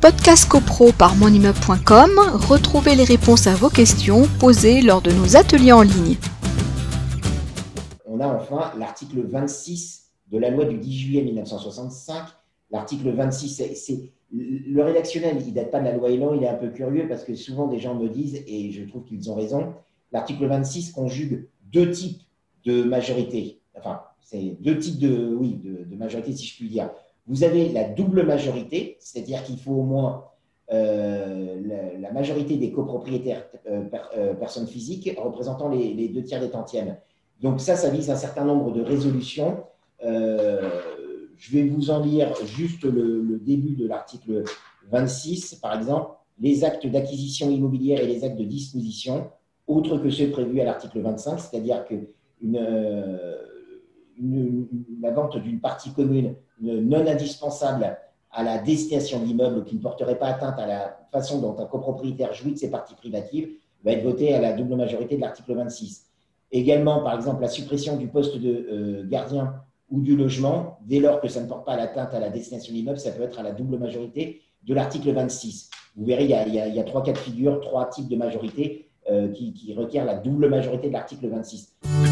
Podcast CoPro par monimmeuble.com, retrouvez les réponses à vos questions posées lors de nos ateliers en ligne. On a enfin l'article 26 de la loi du 10 juillet 1965. L'article 26, le rédactionnel, il ne date pas de la loi Elan, il est un peu curieux parce que souvent des gens me disent, et je trouve qu'ils ont raison, l'article 26 conjugue deux types de majorité. Enfin, c'est deux types de majorité, si je puis dire. Vous avez la double majorité, c'est-à-dire qu'il faut au moins la majorité des copropriétaires personnes physiques représentant les 2 tiers des tantièmes. Donc ça vise un certain nombre de résolutions. Je vais vous en lire juste le début de l'article 26, par exemple, les actes d'acquisition immobilière et les actes de disposition, autres que ceux prévus à l'article 25, c'est-à-dire que la vente d'une partie commune non indispensable à la destination de l'immeuble qui ne porterait pas atteinte à la façon dont un copropriétaire jouit de ses parties privatives va être votée à la double majorité de l'article 26. Également, par exemple, la suppression du poste de gardien ou du logement, dès lors que ça ne porte pas l'atteinte à la destination de l'immeuble, ça peut être à la double majorité de l'article 26. Vous verrez, il y a 3 cas de figure, 3 types de majorité qui requièrent la double majorité de l'article 26.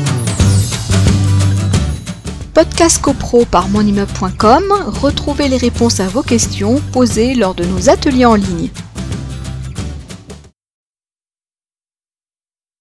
Podcast CoPro par monimmeuble.com, retrouvez les réponses à vos questions posées lors de nos ateliers en ligne.